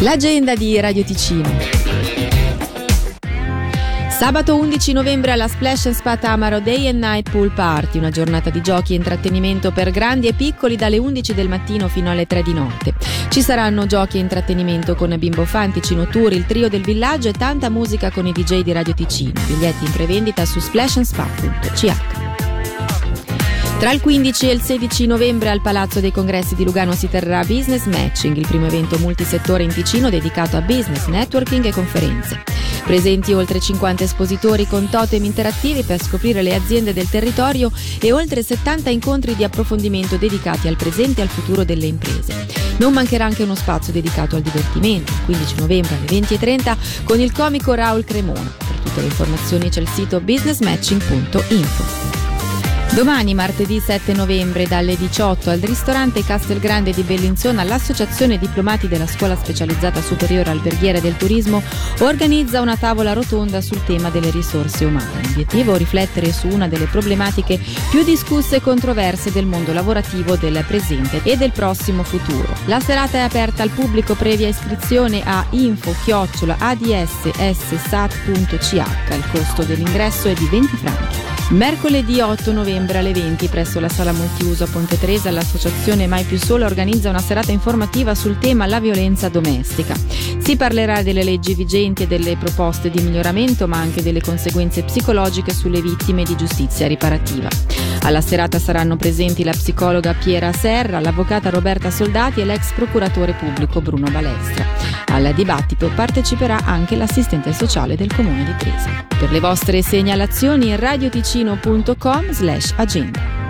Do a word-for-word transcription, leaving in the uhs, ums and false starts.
L'agenda di Radio Ticino. Sabato undici novembre alla Splash and Spa Tamaro Day and Night Pool Party, una giornata di giochi e intrattenimento per grandi e piccoli dalle undici del mattino fino alle tre di notte. Ci saranno giochi e intrattenimento con Bimbo Fan, Ticino Tour, il trio del villaggio e tanta musica con i D J di Radio Ticino. Biglietti in prevendita su splash and spa punto c h. Tra il quindici e il sedici novembre al Palazzo dei Congressi di Lugano si terrà Business Matching, il primo evento multisettore in Ticino dedicato a business, networking e conferenze. Presenti oltre cinquanta espositori con totem interattivi per scoprire le aziende del territorio e oltre settanta incontri di approfondimento dedicati al presente e al futuro delle imprese. Non mancherà anche uno spazio dedicato al divertimento, il quindici novembre alle venti e trenta con il comico Raul Cremona. Per tutte le informazioni c'è il sito business matching punto info. Domani, martedì sette novembre, dalle diciotto al ristorante Castelgrande di Bellinzona, l'Associazione Diplomati della Scuola Specializzata Superiore Alberghiera del Turismo organizza una tavola rotonda sul tema delle risorse umane. L'obiettivo: riflettere su una delle problematiche più discusse e controverse del mondo lavorativo del presente e del prossimo futuro. La serata è aperta al pubblico previa iscrizione a info chiocciola a d s s sat punto c h. Il costo dell'ingresso è di venti franchi. Mercoledì otto novembre alle venti presso la sala multiuso a Ponte Tresa l'associazione Mai Più Sole organizza una serata informativa sul tema la violenza domestica. Si parlerà delle leggi vigenti e delle proposte di miglioramento, ma anche delle conseguenze psicologiche sulle vittime di giustizia riparativa. Alla serata saranno presenti la psicologa Piera Serra, l'avvocata Roberta Soldati e l'ex procuratore pubblico Bruno Balestra. Al dibattito parteciperà anche l'assistente sociale del comune di Tresa. Per le vostre segnalazioni radioticino punto com slash agenda.